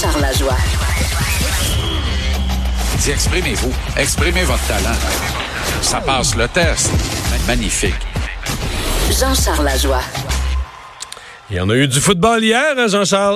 Jean-Charles Lajoie. Dis, exprimez-vous. Exprimez votre talent. Ça passe le test. Magnifique. Jean-Charles Lajoie. Et on a eu du football hier, hein, Jean-Charles?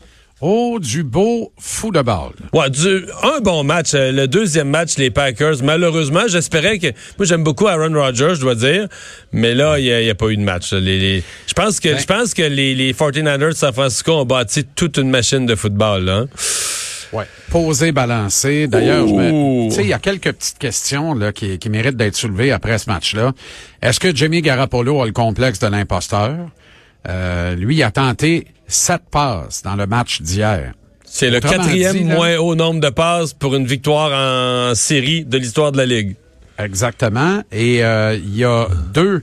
Oh, du beau football. Ouais, un bon match. Le deuxième match, les Packers, malheureusement, j'espérais que... Moi, j'aime beaucoup Aaron Rodgers, je dois dire, mais là, il y a pas eu de match. Je pense que les 49ers de San Francisco ont bâti toute une machine de football, là. Ouais. Posé, balancé. D'ailleurs, tu sais, il y a quelques petites questions là qui méritent d'être soulevées après ce match-là. Est-ce que Jimmy Garoppolo a le complexe de l'imposteur? Lui, il a tenté 7 passes dans le match d'hier. C'est le quatrième moins haut nombre de passes pour une victoire en série de l'histoire de la Ligue. Exactement. Et il y a 2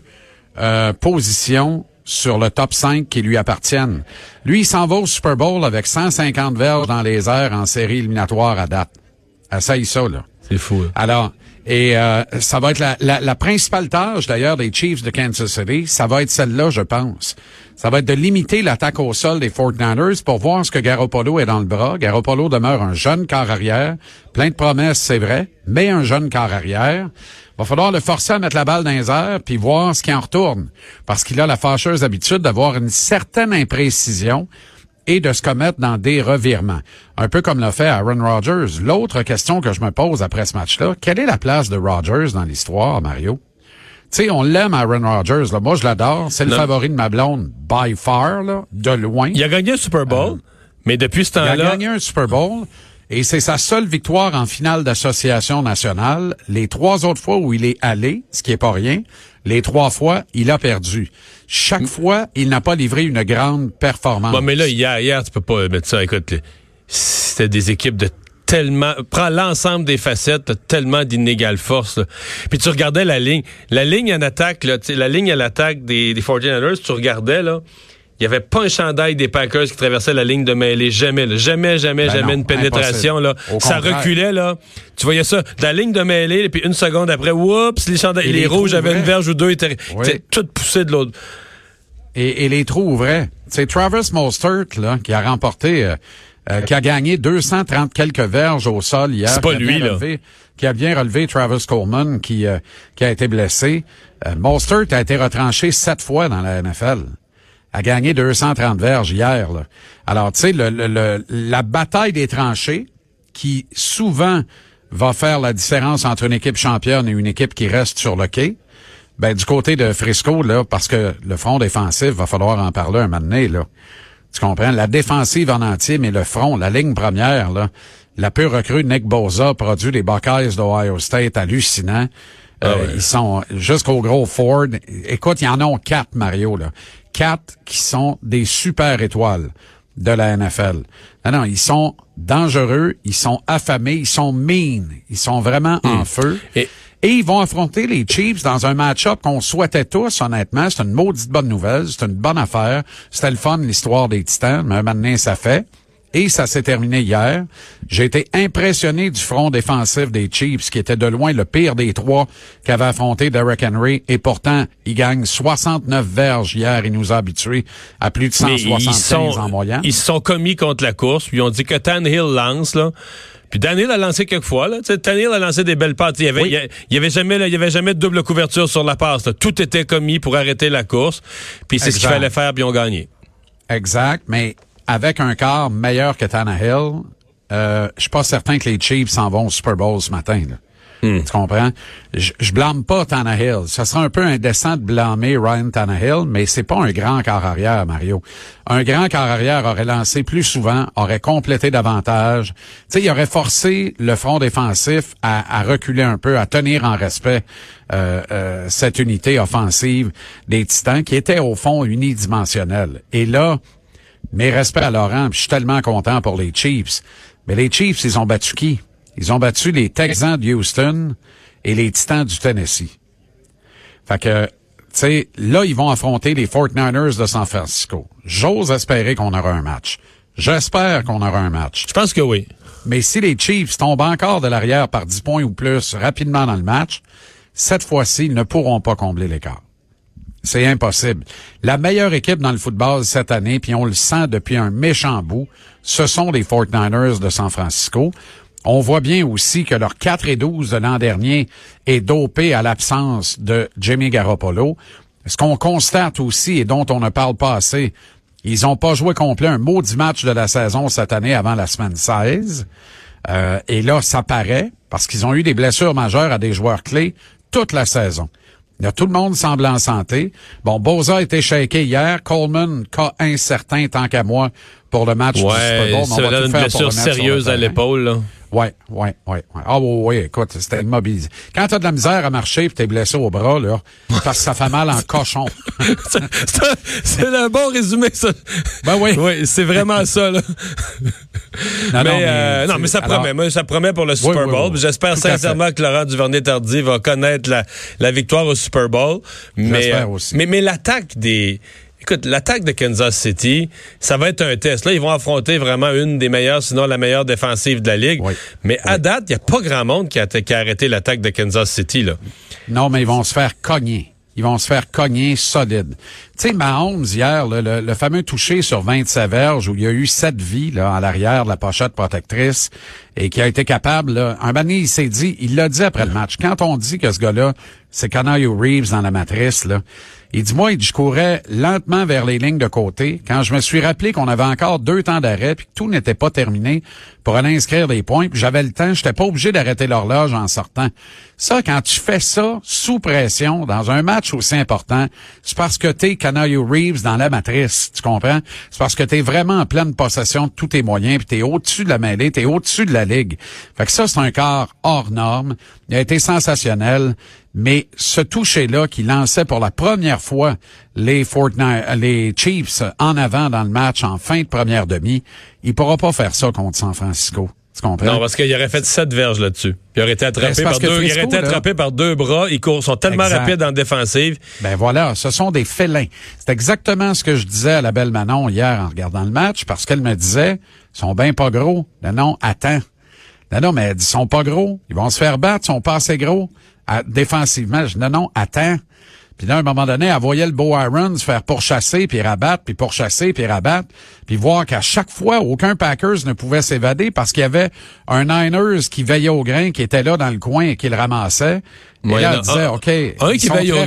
positions sur le top 5 qui lui appartiennent. Lui, il s'en va au Super Bowl avec 150 verges dans les airs en série éliminatoire à date. Essaye ça, là. C'est fou. Hein? Alors, et ça va être la principale tâche, d'ailleurs, des Chiefs de Kansas City. Ça va être celle-là, je pense. Ça va être de limiter l'attaque au sol des 49ers pour voir ce que Garoppolo est dans le bras. Garoppolo demeure un jeune quart arrière. Plein de promesses, c'est vrai, mais un jeune quart arrière. Va falloir le forcer à mettre la balle dans les airs puis voir ce qui en retourne. Parce qu'il a la fâcheuse habitude d'avoir une certaine imprécision et de se commettre dans des revirements. Un peu comme l'a fait Aaron Rodgers. L'autre question que je me pose après ce match-là, quelle est la place de Rodgers dans l'histoire, Mario? Tu sais, on l'aime, Aaron Rodgers. Là. Moi, je l'adore. C'est le favori de ma blonde, by far, là, de loin. Il a gagné un Super Bowl, mais depuis ce temps-là... Il a gagné un Super Bowl, et c'est sa seule victoire en finale d'association nationale. Les 3 autres fois où il est allé, ce qui est pas rien, les 3 fois, il a perdu. Chaque fois, il n'a pas livré une grande performance. Bon, mais là, hier, tu peux pas mettre ça. Écoute, c'était des équipes de tellement... Prends l'ensemble des facettes, t'as tellement d'inégales forces. Là. Puis tu regardais la ligne. La ligne en attaque, là, la ligne à l'attaque des 49ers, tu regardais, là, il n'y avait pas un chandail des Packers qui traversait la ligne de mêlée. Jamais, là. Jamais une pénétration. Là. Ça reculait, là. Tu voyais ça, la ligne de mêlée, puis une seconde après, oups, les chandails, les rouges avaient une verge ou deux, étaient toutes poussées de l'autre. Et les trous ouvraient. C'est Travis Mostert, là, qui a remporté, qui a gagné 230 quelques verges au sol hier. C'est pas lui, là. Qui a bien relevé Travis Coleman, qui a été blessé. Mostert a été retranché 7 fois dans la NFL. A gagné 230 verges hier. Là. Alors, tu sais, la bataille des tranchées, qui souvent va faire la différence entre une équipe championne et une équipe qui reste sur le quai, ben du côté de Frisco, là, parce que le front défensif, va falloir en parler un moment donné, là. Tu comprends? La défensive en entier, mais le front, la ligne première, là, la pure recrue Nick Bosa, produit les Buckeyes d'Ohio State, hallucinant. Ils sont jusqu'au gros Ford. Écoute, ils en ont 4, Mario, là. 4 qui sont des super étoiles de la NFL. Non, ils sont dangereux, ils sont affamés, ils sont mean, ils sont vraiment en feu. Et ils vont affronter les Chiefs dans un match-up qu'on souhaitait tous, honnêtement. C'est une maudite bonne nouvelle, c'est une bonne affaire. C'était le fun, l'histoire des Titans, mais maintenant, ça fait. Et ça s'est terminé hier. J'ai été impressionné du front défensif des Chiefs, qui était de loin le pire des 3 qu'avait affronté Derrick Henry. Et pourtant, il gagne 69 verges hier. Il nous a habitués à plus de 175 en moyenne. Ils se sont commis contre la course. Puis ils ont dit que Tannehill lance, là. Puis Tannehill a lancé quelques fois, là. T'sais, Tannehill a lancé des belles passes. Il y avait jamais de double couverture sur la passe, là. Tout était commis pour arrêter la course. Puis c'est ce qu'il fallait faire, puis ils ont gagné. Exact, mais avec un quart meilleur que Tannehill, je suis pas certain que les Chiefs s'en vont au Super Bowl ce matin, là. Tu comprends? Je blâme pas Tannehill. Ça serait un peu indécent de blâmer Ryan Tannehill, mais c'est pas un grand quart arrière, Mario. Un grand quart arrière aurait lancé plus souvent, aurait complété davantage. Tu sais, il aurait forcé le front défensif à reculer un peu, à tenir en respect cette unité offensive des Titans qui était au fond unidimensionnelle. Et là, mes respects à Laurent, je suis tellement content pour les Chiefs. Mais les Chiefs, ils ont battu qui? Ils ont battu les Texans de Houston et les Titans du Tennessee. Fait que, tu sais, là, ils vont affronter les 49ers de San Francisco. J'ose espérer qu'on aura un match. J'espère qu'on aura un match. Je pense que oui. Mais si les Chiefs tombent encore de l'arrière par 10 points ou plus rapidement dans le match, cette fois-ci, ils ne pourront pas combler l'écart. C'est impossible. La meilleure équipe dans le football cette année, puis on le sent depuis un méchant bout, ce sont les 49ers de San Francisco. On voit bien aussi que leur 4-12 de l'an dernier est dopé à l'absence de Jimmy Garoppolo. Ce qu'on constate aussi et dont on ne parle pas assez, ils n'ont pas joué complet un maudit match de la saison cette année avant la semaine 16. Et là, ça paraît, parce qu'ils ont eu des blessures majeures à des joueurs clés toute la saison. Là, tout le monde semble en santé. Bon, Bosa a été shaké hier. Coleman, cas incertain tant qu'à moi pour le match du Super Bowl. C'est une blessure sérieuse à l'épaule, là. Ouais. Ah oui, écoute, c'était immobilisé. Quand t'as de la misère à marcher pis t'es blessé au bras, là, parce que ça fait mal en cochon. c'est un bon résumé, ça. Ben oui. Oui, c'est vraiment ça, là. Mais ça promet. Moi, ça promet pour le Super Bowl. Oui. J'espère sincèrement que Laurent Duvernay-Tardy va connaître la victoire au Super Bowl. J'espère aussi. Mais l'attaque l'attaque de Kansas City, ça va être un test. Là, ils vont affronter vraiment une des meilleures, sinon la meilleure défensive de la Ligue. Oui. Mais à date, il n'y a pas grand monde qui a arrêté l'attaque de Kansas City, là. Non, mais ils vont se faire cogner. Ils vont se faire cogner solide. Tu sais, Mahomes, hier, là, le fameux touché sur 27 verges où il y a eu 7 vies là, à l'arrière de la pochette protectrice et qui a été capable, là, un moment donné, il l'a dit après le match. Quand on dit que ce gars-là, c'est Keanu Reeves dans la matrice, là, il dit, je courais lentement vers les lignes de côté quand je me suis rappelé qu'on avait encore 2 temps d'arrêt puis que tout n'était pas terminé pour aller inscrire des points puis j'avais le temps, j'étais pas obligé d'arrêter l'horloge en sortant. Ça, quand tu fais ça sous pression dans un match aussi important, c'est parce que t'es Keanu Reeves dans la matrice, tu comprends? C'est parce que t'es vraiment en pleine possession de tous tes moyens puis t'es au-dessus de la mêlée, t'es au-dessus de la ligue. Fait que ça, c'est un quart hors norme. Il a été sensationnel. Mais ce toucher-là qui lançait pour la première fois les Chiefs en avant dans le match en fin de première demi, il pourra pas faire ça contre San Francisco. Tu comprends? Non, parce qu'il aurait fait 7 verges là-dessus. Il aurait été attrapé par 2 bras. Ils sont tellement rapides en défensive. Ben voilà, ce sont des félins. C'est exactement ce que je disais à la belle Manon hier en regardant le match, parce qu'elle me disait, ils sont bien pas gros. Non, attends. Non, mais ils sont pas gros. Ils vont se faire battre, ils sont pas assez gros. Défensivement, je dis non, attends. Puis là, à un moment donné, elle voyait le Beau Aaron se faire pourchasser, puis rabattre, puis pourchasser, puis rabattre, puis voir qu'à chaque fois, aucun Packers ne pouvait s'évader parce qu'il y avait un Niners qui veillait au grain, qui était là dans le coin et qui le ramassait. Et là, elle disait, OK, un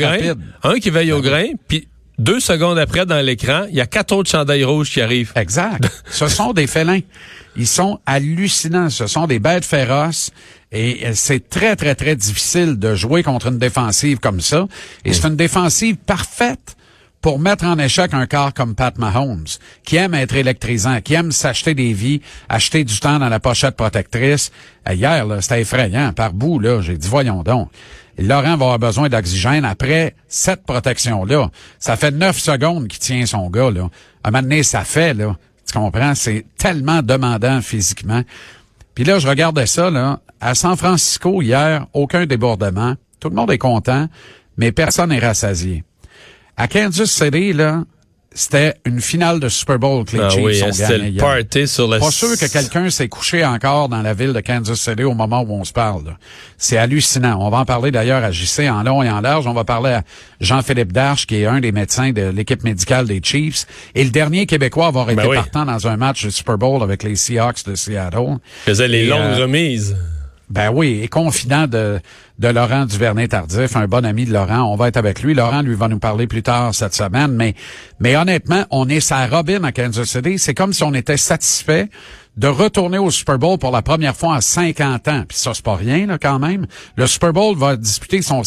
qui veille au grain, puis 2 secondes après, dans l'écran, il y a 4 autres chandails rouges qui arrivent. Exact. Ce sont des félins. Ils sont hallucinants. Ce sont des bêtes féroces. Et c'est très, très, très difficile de jouer contre une défensive comme ça. Et c'est une défensive parfaite pour mettre en échec un quart comme Pat Mahomes, qui aime être électrisant, qui aime s'acheter des vies, acheter du temps dans la pochette protectrice. Hier, là, c'était effrayant. Par bout, là, j'ai dit, voyons donc. Laurent va avoir besoin d'oxygène après cette protection-là. Ça fait 9 secondes qu'il tient son gars, là. À un moment donné, ça fait, là. Tu comprends? C'est tellement demandant physiquement. Puis là, je regardais ça, là. À San Francisco, hier, aucun débordement. Tout le monde est content, mais personne n'est rassasié. À Kansas City, là, c'était une finale de Super Bowl que les Chiefs ont gagné hier. Party sur la... Pas sûr que quelqu'un s'est couché encore dans la ville de Kansas City au moment où on se parle, là. C'est hallucinant. On va en parler d'ailleurs à JC en long et en large. On va parler à Jean-Philippe Darche, qui est un des médecins de l'équipe médicale des Chiefs. Et le dernier Québécois à avoir été partant dans un match de Super Bowl avec les Seahawks de Seattle. Faisait les longues remises. Ben oui, et confident de Laurent Duvernay-Tardif, un bon ami de Laurent. On va être avec lui. Laurent, lui, va nous parler plus tard cette semaine. Mais honnêtement, on est sa robine à Kansas City. C'est comme si on était satisfait de retourner au Super Bowl pour la première fois en 50 ans. Puis ça, c'est pas rien, là, quand même. Le Super Bowl va disputer son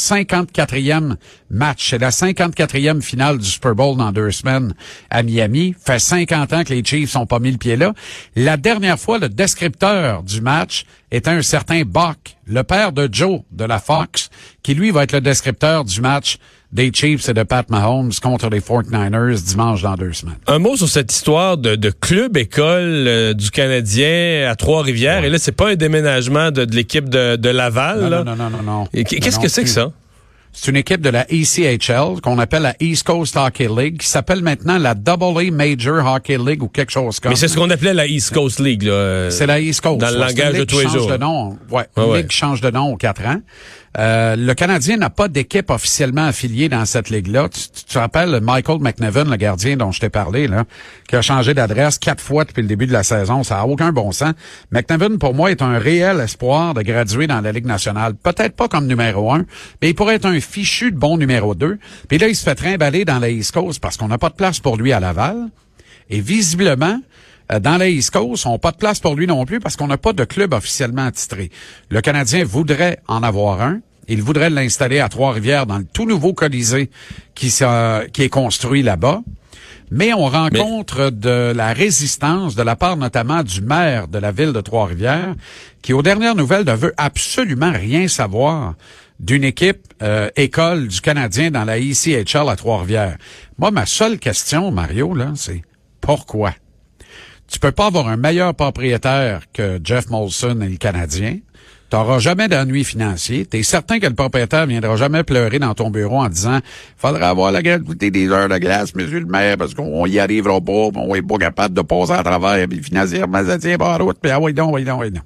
54e match. C'est la 54e finale du Super Bowl dans 2 semaines à Miami. Fait 50 ans que les Chiefs sont pas mis le pied là. La dernière fois, le descripteur du match était un certain Buck, le père de Joe de la Fox, qui lui va être le descripteur du match des Chiefs et de Pat Mahomes contre les 49ers dimanche dans 2 semaines. Un mot sur cette histoire de club-école du Canadien à Trois-Rivières. Ouais. Et là, c'est pas un déménagement de l'équipe de Laval. Non. Et qu'est-ce que c'est que ça? C'est une équipe de la ECHL qu'on appelle la East Coast Hockey League, qui s'appelle maintenant la AA Major Hockey League ou quelque chose comme. Mais c'est ce qu'on appelait la East Coast League, là. C'est la East Coast. Dans le langage de tous les jours. Une ligue qui change de nom aux 4 ans. Le Canadien n'a pas d'équipe officiellement affiliée dans cette ligue-là. Tu te rappelles Michael McNevin, le gardien dont je t'ai parlé, là, qui a changé d'adresse 4 fois depuis le début de la saison. Ça n'a aucun bon sens. McNevin, pour moi, est un réel espoir de graduer dans la Ligue nationale. Peut-être pas comme numéro 1, mais il pourrait être un fichu de bon numéro 2. Puis là, il se fait trimballer dans la East Coast parce qu'on n'a pas de place pour lui à Laval. Et visiblement, dans la East Coast, on n'a pas de place pour lui non plus parce qu'on n'a pas de club officiellement attitré. Le Canadien voudrait en avoir un. Il voudrait l'installer à Trois-Rivières dans le tout nouveau Colisée qui est construit là-bas. Mais on rencontre de la résistance de la part notamment du maire de la ville de Trois-Rivières qui, aux dernières nouvelles, ne veut absolument rien savoir d'une équipe école du Canadien dans la ECHL à Trois-Rivières. Moi, ma seule question, Mario, là, c'est pourquoi? Tu peux pas avoir un meilleur propriétaire que Jeff Molson et le Canadien. T'auras jamais d'ennui financier. T'es certain que le propriétaire viendra jamais pleurer dans ton bureau en disant « Faudra avoir la gratuité des heures de glace, monsieur le maire, parce qu'on y arrivera pas, on est pas capable de passer à travers, puis financièrement, ça tient pas en route, puis ah oui, non. »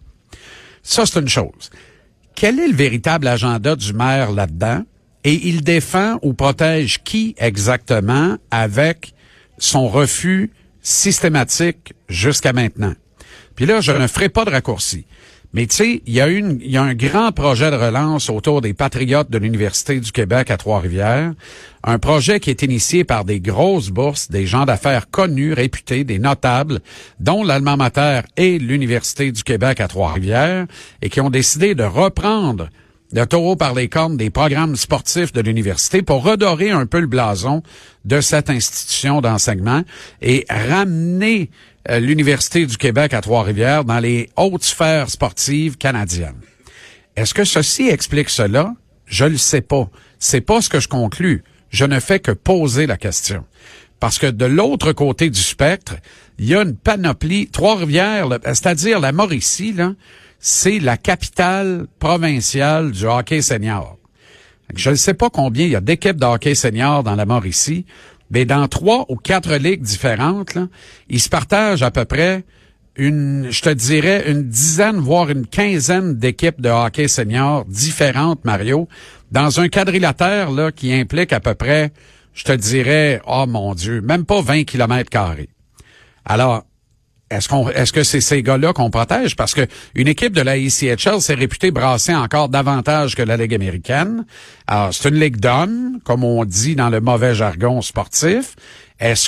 Ça, c'est une chose. Quel est le véritable agenda du maire là-dedans? Et il défend ou protège qui exactement avec son refus systématique jusqu'à maintenant? Puis là, je ne ferai pas de raccourci. Mais tu sais, il y a un grand projet de relance autour des Patriotes de l'Université du Québec à Trois-Rivières. Un projet qui est initié par des grosses bourses, des gens d'affaires connus, réputés, des notables, dont l'Alma Mater et l'Université du Québec à Trois-Rivières, et qui ont décidé de reprendre le taureau par les cornes des programmes sportifs de l'université pour redorer un peu le blason de cette institution d'enseignement et ramener l'Université du Québec à Trois-Rivières dans les hautes sphères sportives canadiennes. Est-ce que ceci explique cela? Je le sais pas. C'est pas ce que je conclus. Je ne fais que poser la question. Parce que de l'autre côté du spectre, il y a une panoplie. Trois-Rivières, c'est-à-dire la Mauricie, là, c'est la capitale provinciale du hockey senior. Je ne sais pas combien il y a d'équipes de hockey senior dans la Mauricie, mais dans 3 ou 4 ligues différentes, là, ils se partagent à peu près une dizaine, voire une quinzaine d'équipes de hockey senior différentes, Mario, dans un quadrilatère là qui implique à peu près, je te dirais, oh mon Dieu, même pas 20 km². Alors, est-ce que c'est ces gars-là qu'on protège? Parce que une équipe de la ECHL s'est réputée brasser encore davantage que la Ligue américaine. Alors, c'est une ligue d'hommes, comme on dit dans le mauvais jargon sportif. Est-ce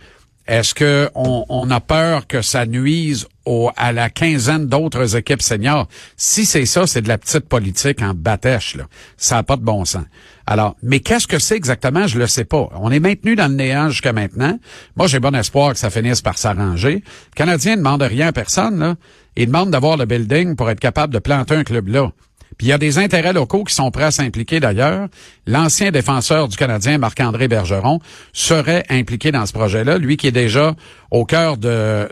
que on a peur que ça nuise à la quinzaine d'autres équipes seniors? Si c'est ça, c'est de la petite politique en batèche, là. Ça n'a pas de bon sens. Alors, mais qu'est-ce que c'est exactement? Je le sais pas. On est maintenu dans le néant jusqu'à maintenant. Moi, j'ai bon espoir que ça finisse par s'arranger. Le Canadien ne demande rien à personne, là. Il demande d'avoir le building pour être capable de planter un club là. Puis il y a des intérêts locaux qui sont prêts à s'impliquer d'ailleurs. L'ancien défenseur du Canadien, Marc-André Bergeron, serait impliqué dans ce projet-là. Lui qui est déjà au cœur de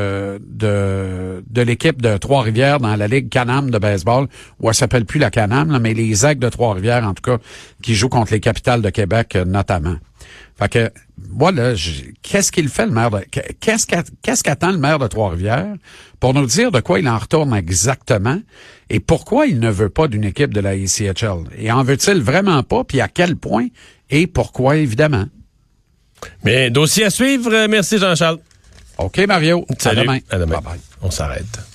l'équipe de Trois-Rivières dans la Ligue Can-Am de baseball, où elle s'appelle plus la Can-Am, là, mais les Aigles de Trois-Rivières, en tout cas, qui jouent contre les Capitales de Québec notamment. Fait que, moi, là, qu'est-ce qu'il fait, le maire qu'est-ce qu'attend le maire de Trois-Rivières pour nous dire de quoi il en retourne exactement et pourquoi il ne veut pas d'une équipe de la ECHL? Et en veut-il vraiment pas, puis à quel point et pourquoi, évidemment? Mais dossier à suivre. Merci, Jean-Charles. OK, Mario. Salut. À demain. À demain. Bye-bye. On s'arrête.